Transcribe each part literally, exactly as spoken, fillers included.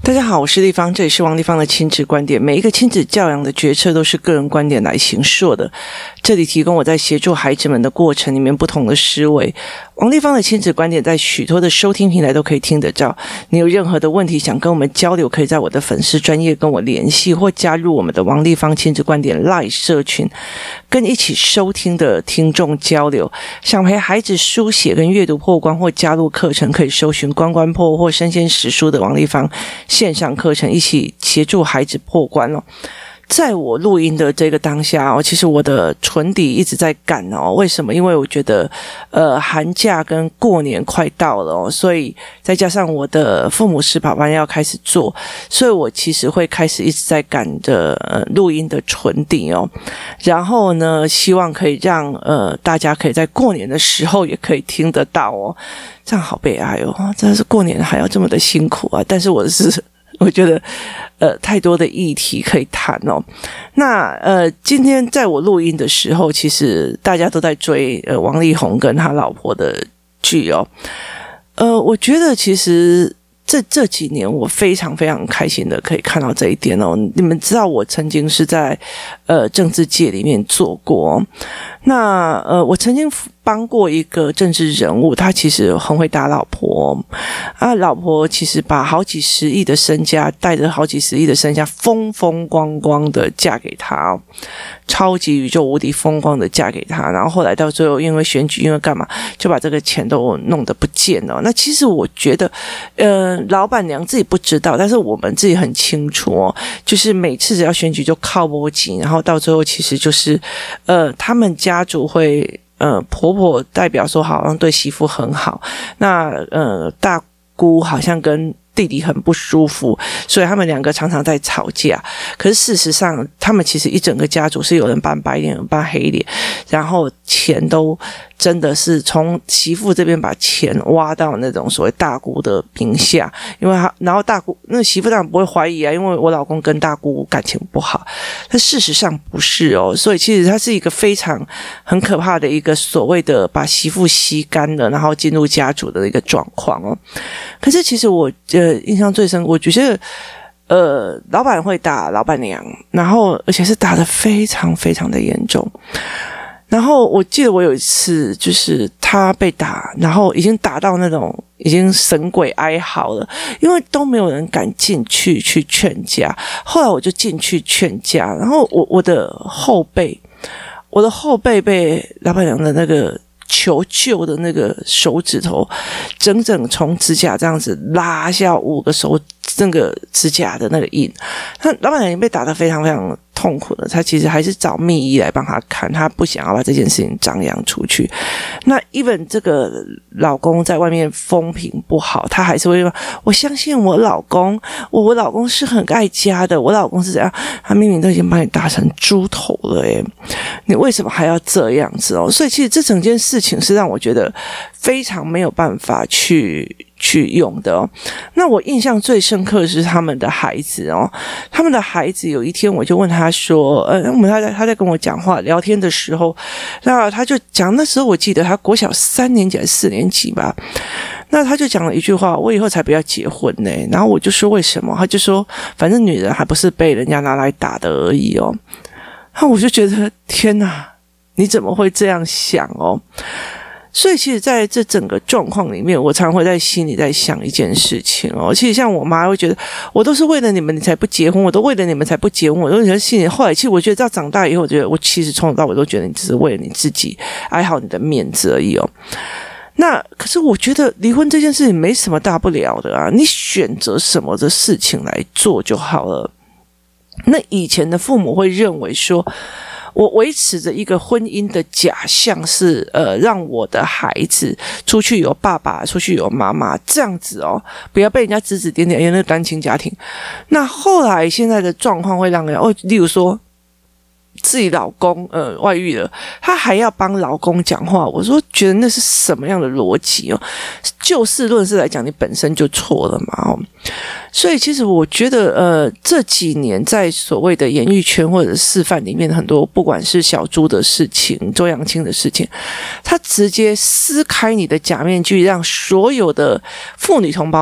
大家好，我是立方，这里是王立方的亲子观点。每一个亲子教养的决策都是个人观点来形塑的，这里提供我在协助孩子们的过程里面不同的思维。王立方的亲子观点在许多的收听平台都可以听得到。你有任何的问题想跟我们交流，可以在我的粉丝专页跟我联系，或加入我们的王立方亲子观点 LINE 社群，跟一起收听的听众交流。想陪孩子书写跟阅读破关，或加入课程，可以搜寻关关破或身先识书的王立方线上课程，一起协助孩子破关哦。在我录音的这个当下哦，其实我的唇底一直在干哦。为什么？因为我觉得，呃，寒假跟过年快到了哦，所以再加上我的父母食跑班要开始做，所以我其实会开始一直在赶着呃录音的唇底哦。然后呢，希望可以让呃大家可以在过年的时候也可以听得到哦。这样好悲哀哦，真的是过年还要这么的辛苦啊！但是我是。我觉得，呃，太多的议题可以谈哦。那呃，今天在我录音的时候，其实大家都在追呃王力宏跟他老婆的剧哦。呃，我觉得其实这这几年我非常非常开心的可以看到这一点哦。你们知道我曾经是在呃政治界里面做过哦，那呃我曾经帮过一个政治人物，他其实很会打老婆哦，啊，老婆其实把好几十亿的身家，带着好几十亿的身家，风风光光的嫁给他哦，超级宇宙无敌风光的嫁给他，然后后来到最后因为选举，因为干嘛，就把这个钱都弄得不见了。那其实我觉得，呃，老板娘自己不知道，但是我们自己很清楚哦，就是每次只要选举就靠波及，然后到最后其实就是，呃，他们家族会。呃，婆婆代表说好像对媳妇很好，那呃大姑好像跟弟弟很不舒服，所以他们两个常常在吵架。可是事实上，他们其实一整个家族是有人扮白脸，有人扮黑脸，然后钱都真的是从媳妇这边把钱挖到那种所谓大姑的名下，因为他然后大姑那媳妇当然不会怀疑啊，因为我老公跟大姑感情不好，但事实上不是哦，所以其实它是一个非常很可怕的一个所谓的把媳妇吸干了，然后进入家族的一个状况哦。可是其实我呃印象最深，我觉得呃老板会打老板娘，然后而且是打得非常非常的严重。然后我记得我有一次就是他被打，然后已经打到那种已经神鬼哀嚎了，因为都没有人敢进去去劝架。后来我就进去劝架，然后我我的后背，我的后背被老板娘的那个求救的那个手指头，整整从指甲这样子拉下五个手那个指甲的那个印。那老板娘已经被打得非常非常痛苦了，他其实还是找密医来帮他看，他不想要把这件事情张扬出去。那 even 这个老公在外面风评不好，他还是会说我相信我老公，我我老公是很爱家的，我老公是怎样，他明明都已经把你打成猪头了耶，你为什么还要这样子哦？所以其实这整件事情是让我觉得非常没有办法去去用的哦。那我印象最深刻的是他们的孩子哦，他们的孩子有一天我就问他说，呃，我们他在他在跟我讲话聊天的时候，那他就讲，那时候我记得他国小三年级还是四年级吧，那他就讲了一句话，我以后才不要结婚呢。然后我就说为什么？他就说反正女人还不是被人家拿来打的而已哦。那我就觉得天哪，你怎么会这样想哦？所以其实在这整个状况里面，我常会在心里在想一件事情哦。其实像我妈会觉得我都是为了你们你才不结婚，我都为了你们才不结婚，我都觉得心里后来其实我觉得到长大以后，我觉得我其实从头到尾都觉得你只是为了你自己爱好你的面子而已哦。那可是我觉得离婚这件事情没什么大不了的啊，你选择什么的事情来做就好了。那以前的父母会认为说我维持着一个婚姻的假象是呃，让我的孩子出去有爸爸，出去有妈妈，这样子哦，不要被人家指指点点，因为那个单亲家庭。那后来现在的状况会让人哦，例如说自己老公呃外遇了，他还要帮老公讲话，我说觉得那是什么样的逻辑哦？就事论事来讲，你本身就错了嘛哦。所以其实我觉得呃这几年在所谓的演艺圈或者示范里面，很多不管是小猪的事情、周扬青的事情，他直接撕开你的假面具，让所有的妇女同胞们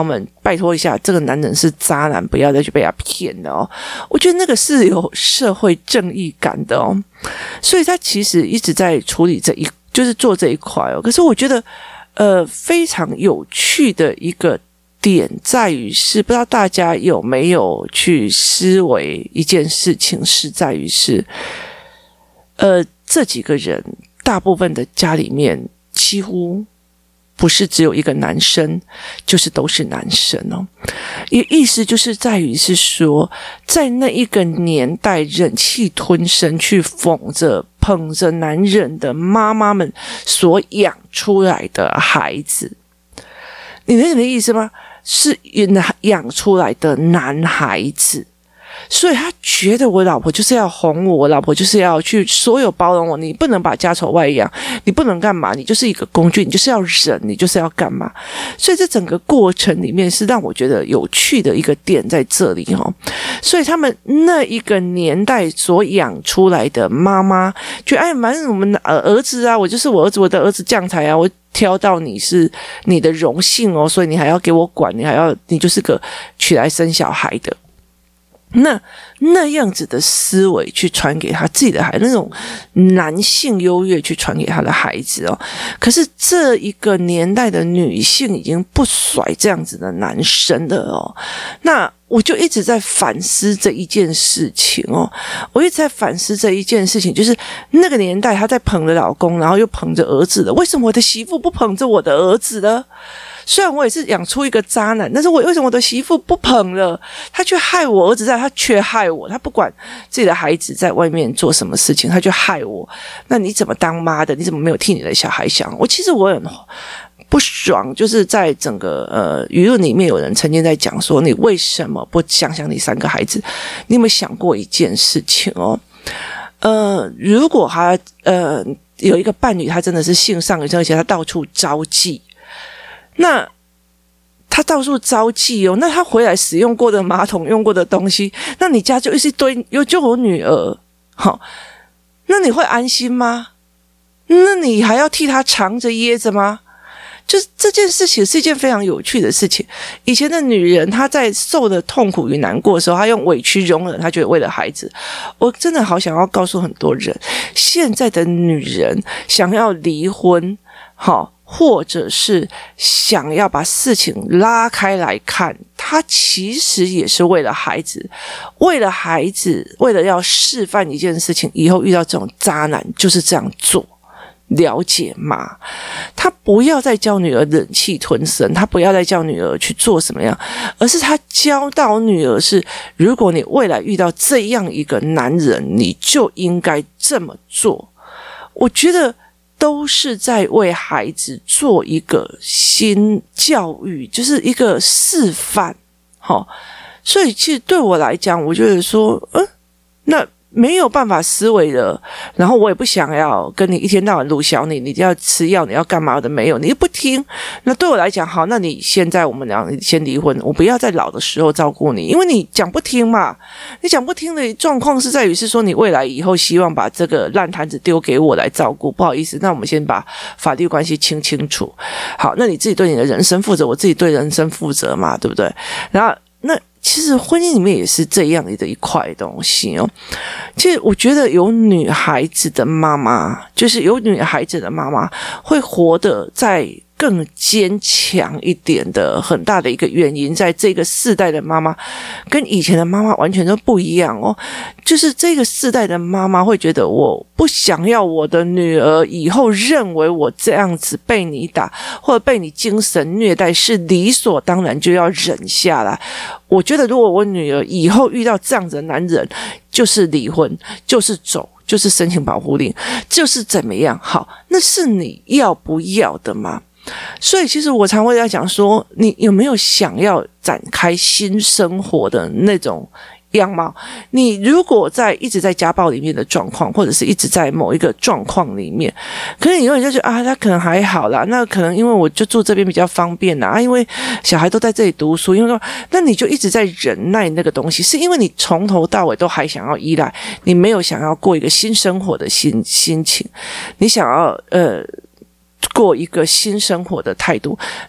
拜托一下，这个男人是渣男，不要再去被他骗了哦。我觉得那个是有社会正义感的哦，所以他其实一直在处理这一，就是做这一块哦。可是我觉得，呃，非常有趣的一个点在于是，不知道大家有没有去思维一件事情，是在于是，呃，这几个人大部分的家里面几乎不是只有一个男生，就是都是男生哦。也意思就是在于是说，在那一个年代，忍气吞声去哄着捧着男人的妈妈们所养出来的孩子，你能懂的意思吗？是养出来的男孩子。所以他觉得我老婆就是要哄我，我老婆就是要去所有包容我，你不能把家丑外扬，你不能干嘛，你就是一个工具，你就是要忍，你就是要干嘛。所以这整个过程里面是让我觉得有趣的一个点在这里哦。所以他们那一个年代所养出来的妈妈，觉得哎，反正我们的儿子啊，我就是我儿子，我的儿子将才啊，我挑到你是你的荣幸哦，所以你还要给我管，你还要你就是个娶来生小孩的。那那样子的思维去传给他自己的孩子，那种男性优越去传给他的孩子哦。可是这一个年代的女性已经不甩这样子的男生了哦。那我就一直在反思这一件事情哦，我一直在反思这一件事情，就是那个年代她在捧着老公，然后又捧着儿子的，为什么我的媳妇不捧着我的儿子呢？虽然我也是养出一个渣男，但是我为什么我的媳妇不捧了，他却害我儿子在，他却害我，他不管自己的孩子在外面做什么事情，他就害我。那你怎么当妈的？你怎么没有替你的小孩想？我其实我很不爽，就是在整个呃舆论里面，有人曾经在讲说，你为什么不想想你三个孩子？你有没有想过一件事情哦？呃，如果他呃有一个伴侣，他真的是性上瘾，而且他到处招妓。那他到处招妓哦，那他回来使用过的马桶用过的东西，那你家就一堆，又就有女儿，好，那你会安心吗？那你还要替他藏着掖着吗？就是这件事情是一件非常有趣的事情。以前的女人，她在受的痛苦与难过的时候，她用委屈容忍，她觉得为了孩子。我真的好想要告诉很多人，现在的女人想要离婚，好，或者是想要把事情拉开来看，他其实也是为了孩子，为了孩子，为了要示范一件事情，以后遇到这种渣男就是这样做，了解吗？他不要再教女儿忍气吞声，他不要再教女儿去做什么样，而是他教导女儿是，如果你未来遇到这样一个男人，你就应该这么做。我觉得都是在为孩子做一个新教育，就是一个示范，齁。所以其实对我来讲，我觉得说，嗯，那没有办法思维的，然后我也不想要跟你一天到晚鲁小你，你要吃药，你要干嘛的没有，你又不听。那对我来讲，好，那你现在我们俩先离婚，我不要在老的时候照顾你，因为你讲不听嘛。你讲不听的状况是在于是说，你未来以后希望把这个烂摊子丢给我来照顾，不好意思，那我们先把法律关系清清楚。好，那你自己对你的人生负责，我自己对人生负责嘛，对不对？然后那其实婚姻里面也是这样的一块东西哦。其实我觉得有女孩子的妈妈，就是有女孩子的妈妈会活得在更坚强一点的很大的一个原因，在这个世代的妈妈跟以前的妈妈完全都不一样哦。就是这个世代的妈妈会觉得，我不想要我的女儿以后认为我这样子被你打或者被你精神虐待是理所当然，就要忍下来。我觉得如果我女儿以后遇到这样子的男人，就是离婚，就是走，就是申请保护令，就是怎么样，好，那是你要不要的吗？所以其实我常会在讲说，你有没有想要展开新生活的那种样貌？你如果在一直在家暴里面的状况，或者是一直在某一个状况里面，可是你永远就觉得啊，他可能还好啦，那可能因为我就住这边比较方便啦，啊，因为小孩都在这里读书，因为那你就一直在忍耐那个东西，是因为你从头到尾都还想要依赖，你没有想要过一个新生活的心心情，你想要呃过一个新生活的态度，那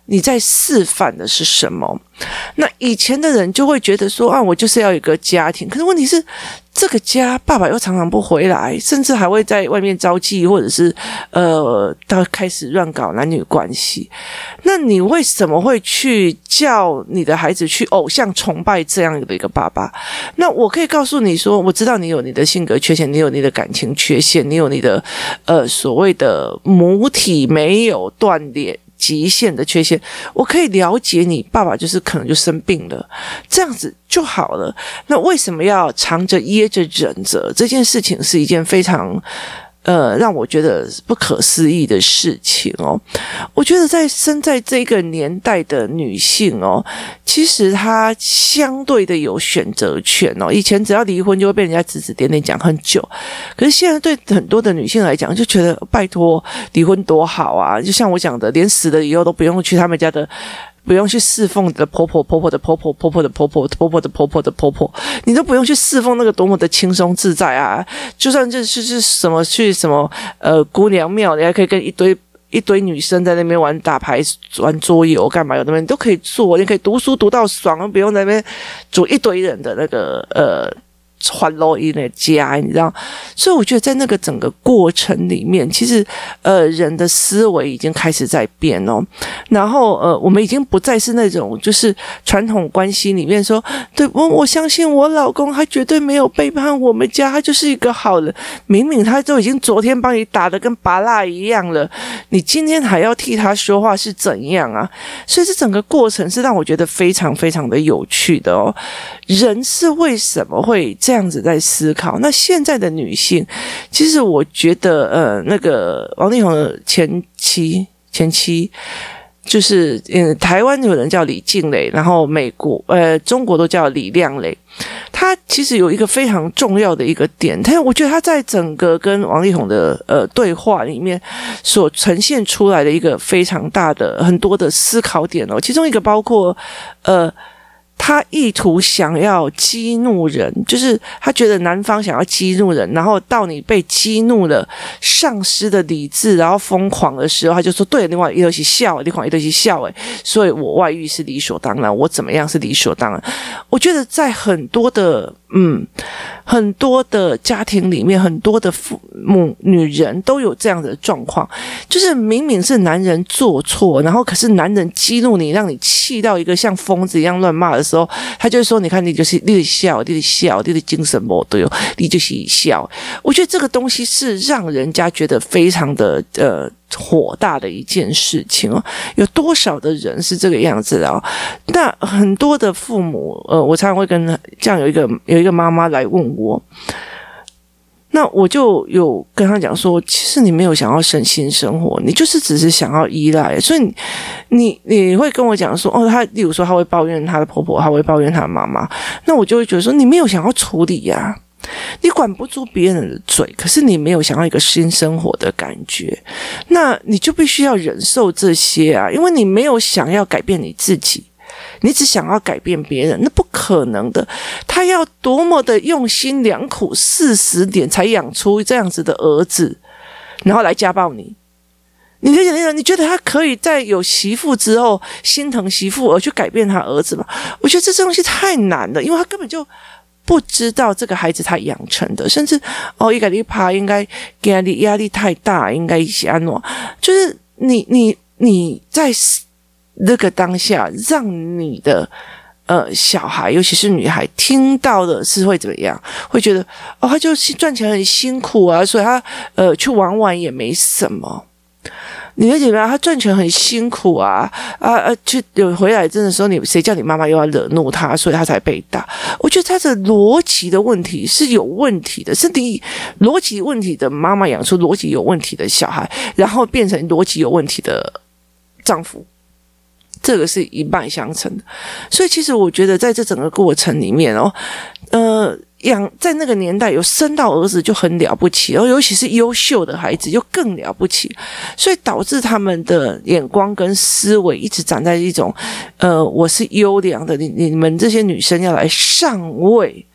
你在示范的是什么？那以前的人就会觉得说啊，我就是要有一个家庭，可是问题是这个家爸爸又常常不回来，甚至还会在外面招妓，或者是呃，他开始乱搞男女关系。那你为什么会去叫你的孩子去偶像崇拜这样的一个爸爸？那我可以告诉你说，我知道你有你的性格缺陷，你有你的感情缺陷，你有你的呃所谓的母体没有断裂极限的缺陷，我可以了解你爸爸就是可能就生病了，这样子就好了。那为什么要藏着掖着忍着？这件事情是一件非常呃，让我觉得不可思议的事情哦。我觉得在生在这个年代的女性哦，其实她相对的有选择权哦。以前只要离婚就会被人家指指点点讲很久，可是现在对很多的女性来讲，就觉得拜托离婚多好啊！就像我讲的，连死了以后都不用去他们家的。不用去侍奉你的婆婆，婆婆的婆婆，婆婆的婆婆，婆婆的婆婆的婆婆，你都不用去侍奉那个多么的轻松自在啊！就算这是是什么去什么呃姑娘庙，你还可以跟一堆一堆女生在那边玩打牌、玩桌游，干嘛有那边你都可以做，你可以读书读到爽，不用在那边组一堆人的那个呃。欢乐音的家，你知道，所以我觉得在那个整个过程里面，其实呃人的思维已经开始在变哦。然后呃，我们已经不再是那种就是传统关系里面说，对我我相信我老公他绝对没有背叛我们家，他就是一个好人。明明他都已经昨天帮你打得跟拔蜡一样了，你今天还要替他说话是怎样啊？所以这整个过程是让我觉得非常非常的有趣的哦。人是为什么会这样子在思考？那现在的女性，其实我觉得，呃，那个王力宏的前妻，前妻就是，嗯，台湾有人叫李静蕾，然后美国，呃，中国都叫李亮蕾。他其实有一个非常重要的一个点，但我觉得他在整个跟王力宏的呃对话里面所呈现出来的一个非常大的很多的思考点哦，其中一个包括呃。他意图想要激怒人，就是他觉得男方想要激怒人，然后到你被激怒了，丧失的理智，然后疯狂的时候，他就说：“对，另外一对是笑，另外一对是笑，诶，所以我外遇是理所当然，我怎么样是理所当然。”我觉得在很多的嗯很多的家庭里面，很多的父母女人都有这样的状况，就是明明是男人做错，然后可是男人激怒你，让你气到一个像疯子一样乱骂的时候，他就会说：“你看，你就是你的笑，你的笑，你的精神不对哦，你就是笑。”我觉得这个东西是让人家觉得非常的呃火大的一件事情哦。有多少的人是这个样子啊？那很多的父母，呃，我常常会跟这样有一个有一个妈妈来问我。那我就有跟他讲说，其实你没有想要省心生活，你就是只是想要依赖，所以你你你会跟我讲说，哦，他例如说他会抱怨他的婆婆，他会抱怨他的妈妈，那我就会觉得说，你没有想要处理呀、啊，你管不住别人的嘴，可是你没有想要一个新生活的感觉，那你就必须要忍受这些啊，因为你没有想要改变你自己。你只想要改变别人，那不可能的。他要多么的用心良苦，四十年才养出这样子的儿子，然后来家暴你。你理解？你觉得他可以在有媳妇之后心疼媳妇而去改变他儿子吗？我觉得这东西太难了，因为他根本就不知道这个孩子他养成的，甚至哦，一个你怕应该给他的压力太大，应该一些安诺，就是你你你在。那个当下，让你的呃小孩，尤其是女孩，听到的是会怎么样？会觉得哦，他就赚钱很辛苦啊，所以他呃去玩玩也没什么。你理解吗？他赚钱很辛苦啊啊啊！去有回来真的时候，你谁叫你妈妈又要惹怒他，所以他才被打。我觉得他的逻辑的问题是有问题的，是你逻辑问题的妈妈养出逻辑有问题的小孩，然后变成逻辑有问题的丈夫。这个是一脉相承的，所以其实我觉得在这整个过程里面哦，呃，养在那个年代有生到儿子就很了不起，然后尤其是优秀的孩子就更了不起，所以导致他们的眼光跟思维一直长在一种，呃，我是优良的，你你们这些女生要来上位。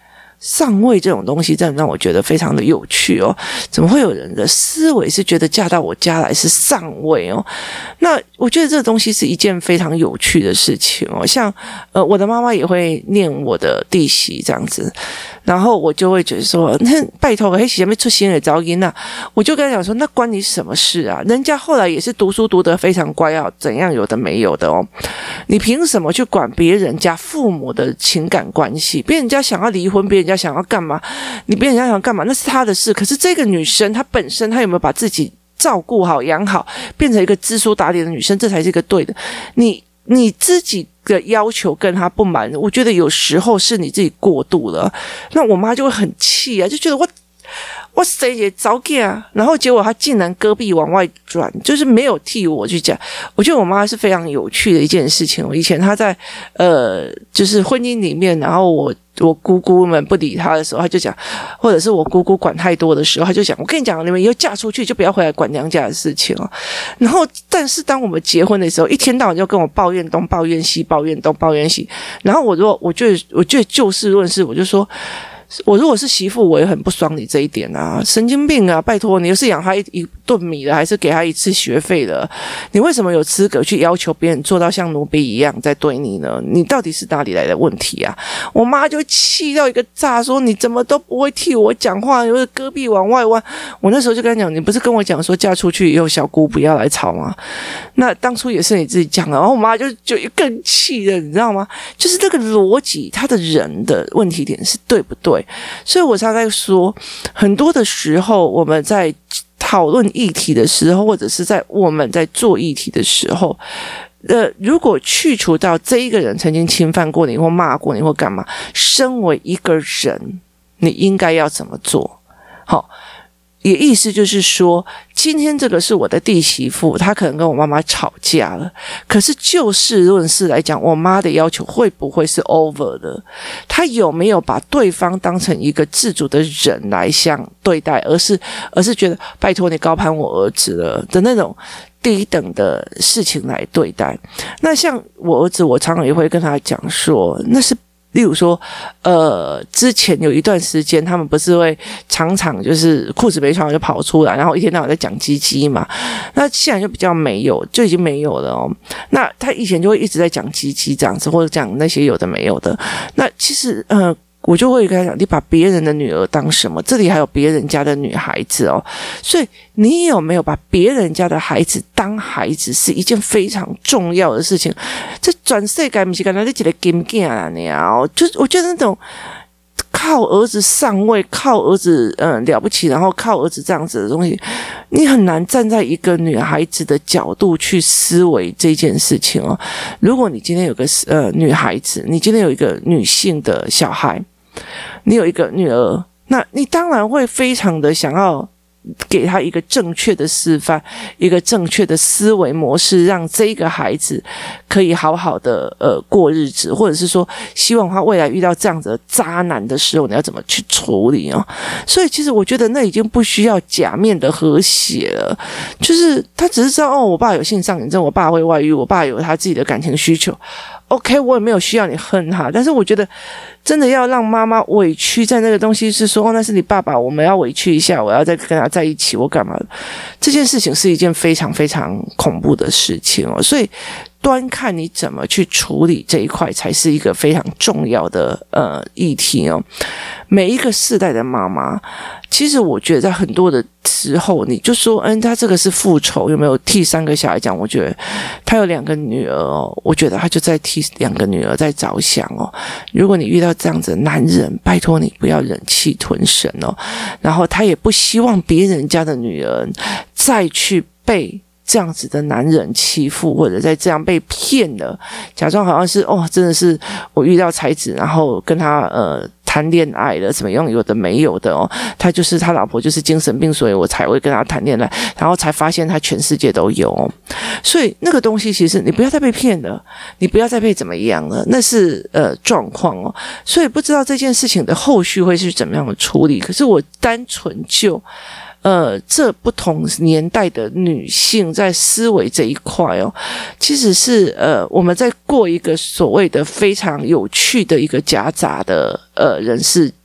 上位这种东西真的让我觉得非常的有趣哦，怎么会有人的思维是觉得嫁到我家来是上位哦？那我觉得这个东西是一件非常有趣的事情哦。像呃我的妈妈也会念我的弟媳这样子，然后我就会觉得说，那拜托，黑喜还没出新的噪音啊，我就跟他讲说，那关你什么事啊？人家后来也是读书读得非常乖啊，怎样有的没有的哦，你凭什么去管别人家父母的情感关系？别人家想要离婚，别人家想要干嘛，你别人家想要干嘛，那是他的事。可是这个女生她本身她有没有把自己照顾好养好，变成一个知书达理的女生，这才是一个对的。你你自己的要求跟她不满，我觉得有时候是你自己过度了。那我妈就会很气啊，就觉得我我谁也早给啊，然后结果她竟然胳臂往外转，就是没有替我去讲。我觉得我妈是非常有趣的一件事情。我以前她在呃，就是婚姻里面，然后我。我姑姑们不理她的时候，她就讲，或者是我姑姑管太多的时候，她就讲，我跟你讲，你们以后嫁出去就不要回来管娘家的事情哦。然后，但是当我们结婚的时候，一天到晚就跟我抱怨东抱怨西，抱怨东抱怨西。然后我如果我觉得，我觉得就事论事，我就说。我如果是媳妇，我也很不爽你这一点啊，神经病啊！拜托，你又是养他一一顿米的，还是给他一次学费的？你为什么有资格去要求别人做到像奴婢一样在对你呢？你到底是哪里来的问题啊？我妈就气到一个炸，说你怎么都不会替我讲话，有胳臂往外弯。我那时候就跟他讲，你不是跟我讲说嫁出去以后小姑不要来吵吗？那当初也是你自己讲的，然后我妈就就更气了，你知道吗？就是这个逻辑，他的人的问题点是对不对？所以我常在说，很多的时候我们在讨论议题的时候，或者是在我们在做议题的时候，呃，如果去除到这一个人曾经侵犯过你或骂过你或干嘛，身为一个人，你应该要怎么做？好。也意思就是说，今天这个是我的弟媳妇，她可能跟我妈妈吵架了，可是就事论事来讲，我妈的要求会不会是 over 的？她有没有把对方当成一个自主的人来相对待，而是而是觉得拜托你高攀我儿子了的那种低等的事情来对待？那像我儿子，我常常也会跟他讲说，那是。例如说，呃，之前有一段时间，他们不是会常常就是裤子没穿就跑出来，然后一天到晚在讲鸡鸡嘛。那现在就比较没有，就已经没有了哦。那他以前就会一直在讲鸡鸡这样子，或者讲那些有的没有的。那其实，呃。我就会跟他讲，你把别人的女儿当什么？这里还有别人家的女孩子哦，所以你有没有把别人家的孩子当孩子，是一件非常重要的事情。这转世界不是跟他你一个金囝啊，你啊，就是我觉得那种靠儿子上位，靠儿子嗯、呃、了不起，然后靠儿子这样子的东西，你很难站在一个女孩子的角度去思维这件事情哦。如果你今天有个呃女孩子，你今天有一个女性的小孩。你有一个女儿，那你当然会非常的想要给她一个正确的示范，一个正确的思维模式，让这个孩子可以好好的呃过日子，或者是说希望他未来遇到这样子的渣男的时候，你要怎么去处理哦？所以其实我觉得那已经不需要假面的和谐了，就是他只是知道哦，我爸有性上瘾症，我爸会外遇，我爸有他自己的感情需求。OK， 我也没有需要你恨他，但是我觉得真的要让妈妈委屈在那个东西是说，哦，那是你爸爸，我们要委屈一下，我要再跟他在一起，我干嘛的？这件事情是一件非常非常恐怖的事情哦，所以端看你怎么去处理这一块，才是一个非常重要的呃议题哦。每一个世代的妈妈，其实我觉得在很多的时候，你就说，嗯，他这个是复仇，有没有替三个小孩讲？我觉得他有两个女儿哦，我觉得他就在替两个女儿在着想哦。如果你遇到这样子的男人，拜托你不要忍气吞声哦。然后他也不希望别人家的女儿再去被这样子的男人欺负，或者在这样被骗了，假装好像是哦，真的是我遇到才子，然后跟他呃谈恋爱了，怎么样？有的没有的哦，他就是他老婆就是精神病，所以我才会跟他谈恋爱，然后才发现他全世界都有哦。所以那个东西其实你不要再被骗了，你不要再被怎么样了，那是呃状况哦。所以不知道这件事情的后续会是怎么样的处理，可是我单纯就。呃，这不同年代的女性在思维这一块哦，其实是呃我们在过一个所谓的非常有趣的一个夹杂的呃人事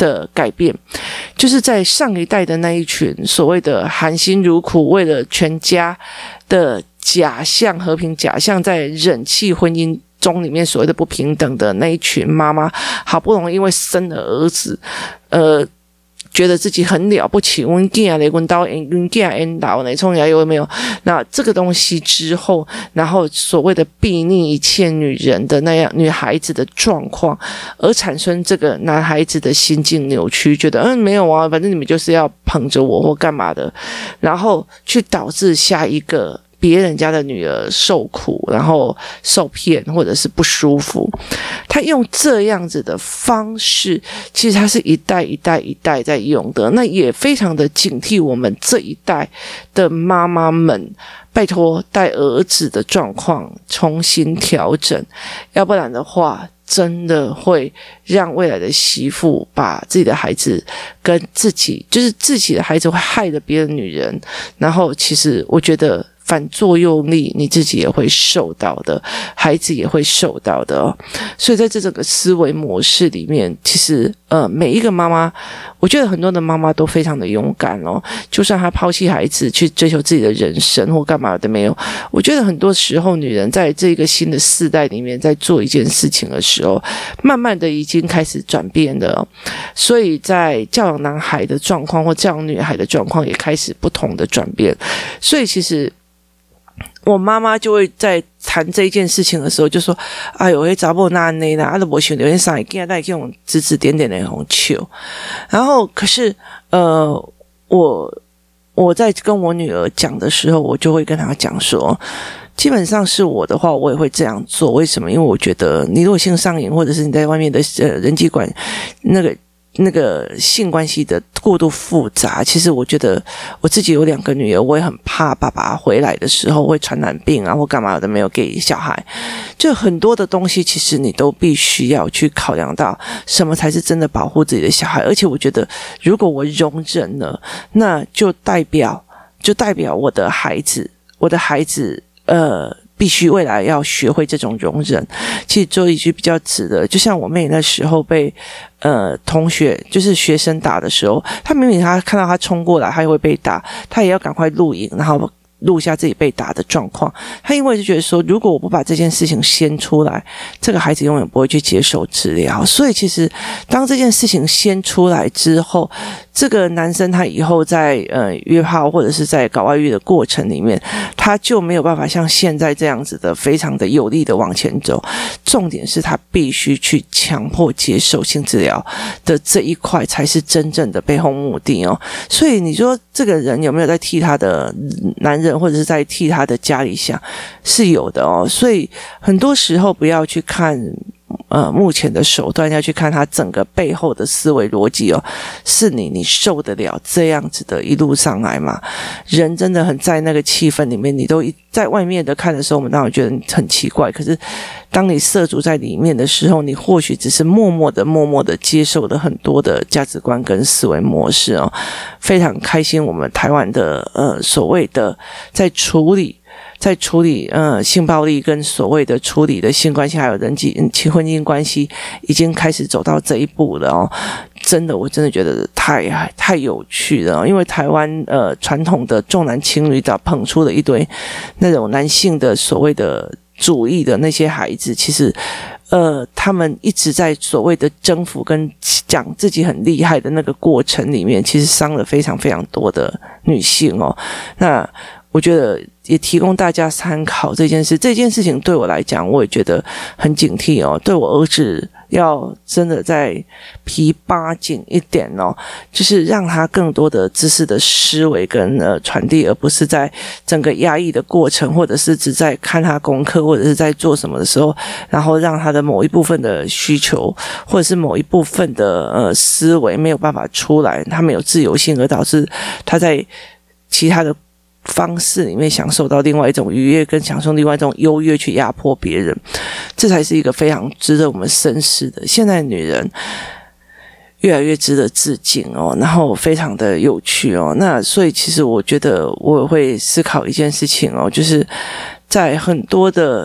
的改变，就是在上一代的那一群所谓的含辛茹苦为了全家的假象和平假象，在忍气婚姻中里面所谓的不平等的那一群妈妈，好不容易因为生了儿子，呃。觉得自己很了不起，我囝啊，我到我囝引导呢，从来有没有？那这个东西之后，然后所谓的睥睨一切女人的那样女孩子的状况，而产生这个男孩子的心境扭曲，觉得嗯没有啊，反正你们就是要捧着我或干嘛的，然后去导致下一个。别人家的女儿受苦，然后受骗或者是不舒服，他用这样子的方式，其实他是一代一代一代在用的，那也非常的警惕我们这一代的妈妈们，拜托带儿子的状况重新调整，要不然的话真的会让未来的媳妇把自己的孩子跟自己，就是自己的孩子会害了别的女人，然后其实我觉得反作用力你自己也会受到的，孩子也会受到的哦。所以在这整个思维模式里面，其实呃每一个妈妈，我觉得很多的妈妈都非常的勇敢哦，就算她抛弃孩子去追求自己的人生或干嘛的没有，我觉得很多时候女人在这个新的世代里面在做一件事情的时候，慢慢的已经开始转变了哦。所以在教养男孩的状况或教养女孩的状况也开始不同的转变。所以其实我妈妈就会在谈这一件事情的时候就说，哎呦，那查某那那啦，啊都无想到那上一件带这种指指点点的那种笑。然后可是呃，我我在跟我女儿讲的时候，我就会跟她讲说，基本上是我的话，我也会这样做。为什么？因为我觉得你如果性上瘾，或者是你在外面的呃人际关那个。那个性关系的过度复杂，其实我觉得我自己有两个女儿，我也很怕爸爸回来的时候会传染病啊或干嘛的没有给小孩，就很多的东西其实你都必须要去考量到什么才是真的保护自己的小孩。而且我觉得如果我容忍了，那就代表就代表我的孩子我的孩子呃必须未来要学会这种容忍。其实做一句比较直的，就像我妹那时候被呃同学就是学生打的时候，她明明她看到她冲过来，她也会被打，她也要赶快录影，然后录下自己被打的状况。他因为就觉得说，如果我不把这件事情先出来，这个孩子永远不会去接受治疗。所以其实当这件事情先出来之后，这个男生他以后在呃约炮或者是在搞外遇的过程里面，他就没有办法像现在这样子的非常的有力的往前走。重点是他必须去强迫接受性治疗的这一块才是真正的背后目的哦。所以你说这个人有没有在替他的男人或者是在替他的家里想，是有的哦。所以很多时候不要去看呃，目前的手段，要去看他整个背后的思维逻辑哦，是你你受得了这样子的一路上来吗？人真的很在那个气氛里面，你都一在外面的看的时候，我们当然觉得很奇怪，可是当你涉足在里面的时候，你或许只是默默的默默的接受了很多的价值观跟思维模式哦。非常开心我们台湾的呃所谓的在处理在处理呃性暴力跟所谓的处理的性关系还有人际亲婚姻关系已经开始走到这一步了哦。真的我真的觉得太太有趣了哦。因为台湾呃传统的重男轻女的捧出了一堆那种男性的所谓的主义的那些孩子，其实呃，他们一直在所谓的征服跟讲自己很厉害的那个过程里面，其实伤了非常非常多的女性哦。那我觉得也提供大家参考这件事。这件事情对我来讲，我也觉得很警惕哦。对我儿子要真的再皮扒紧一点哦，就是让他更多的知识的思维跟呃传递，而不是在整个压抑的过程，或者是只在看他功课或者是在做什么的时候，然后让他的某一部分的需求或者是某一部分的呃思维没有办法出来，他没有自由性，而导致他在其他的方式里面享受到另外一种愉悦，跟享受另外一种优越去压迫别人，这才是一个非常值得我们深思的。现在女人越来越值得致敬哦，然后非常的有趣哦。那所以其实我觉得我会思考一件事情哦，就是在很多的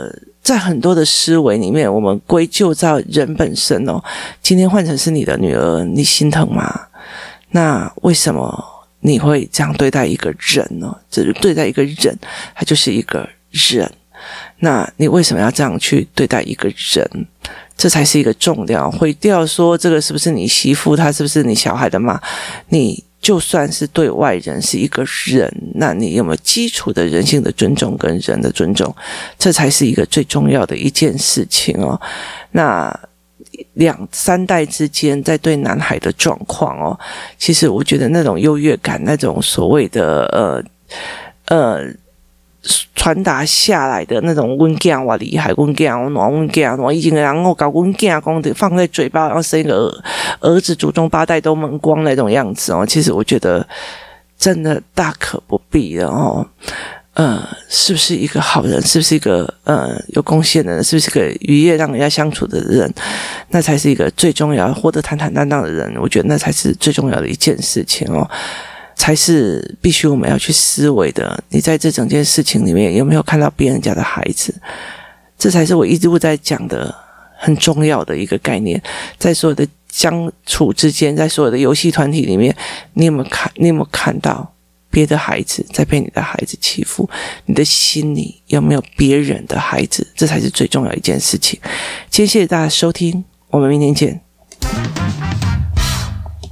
在很多的思维里面，我们归咎到人本身哦。今天换成是你的女儿，你心疼吗？那为什么你会这样对待一个人呢？就是对待一个人，他就是一个人。那你为什么要这样去对待一个人？这才是一个重要。毁掉说这个是不是你媳妇，他是不是你小孩的妈？你就算是对外人是一个人，那你有没有基础的人性的尊重跟人的尊重？这才是一个最重要的一件事情哦。那两三代之间在对男孩的状况哦，其实我觉得那种优越感，那种所谓的呃呃传达下来的那种阮囝我厉害，阮囝我暖，阮囝我以前的人我搞阮囝讲的放在嘴巴，然后生一个儿儿子祖宗八代都蒙光那种样子哦，其实我觉得真的大可不必的哦。呃，是不是一个好人？是不是一个呃有贡献的人？是不是一个愉悦让人家相处的人？那才是一个最重要，活得坦坦荡荡的人。我觉得那才是最重要的一件事情哦，才是必须我们要去思维的。你在这整件事情里面有没有看到别人家的孩子？这才是我一直在讲的很重要的一个概念。在所有的相处之间，在所有的游戏团体里面，你有没有看？你有没有看到？别的孩子在被你的孩子欺负，你的心里有没有别人的孩子？这才是最重要一件事情。今天谢谢大家收听，我们明天见。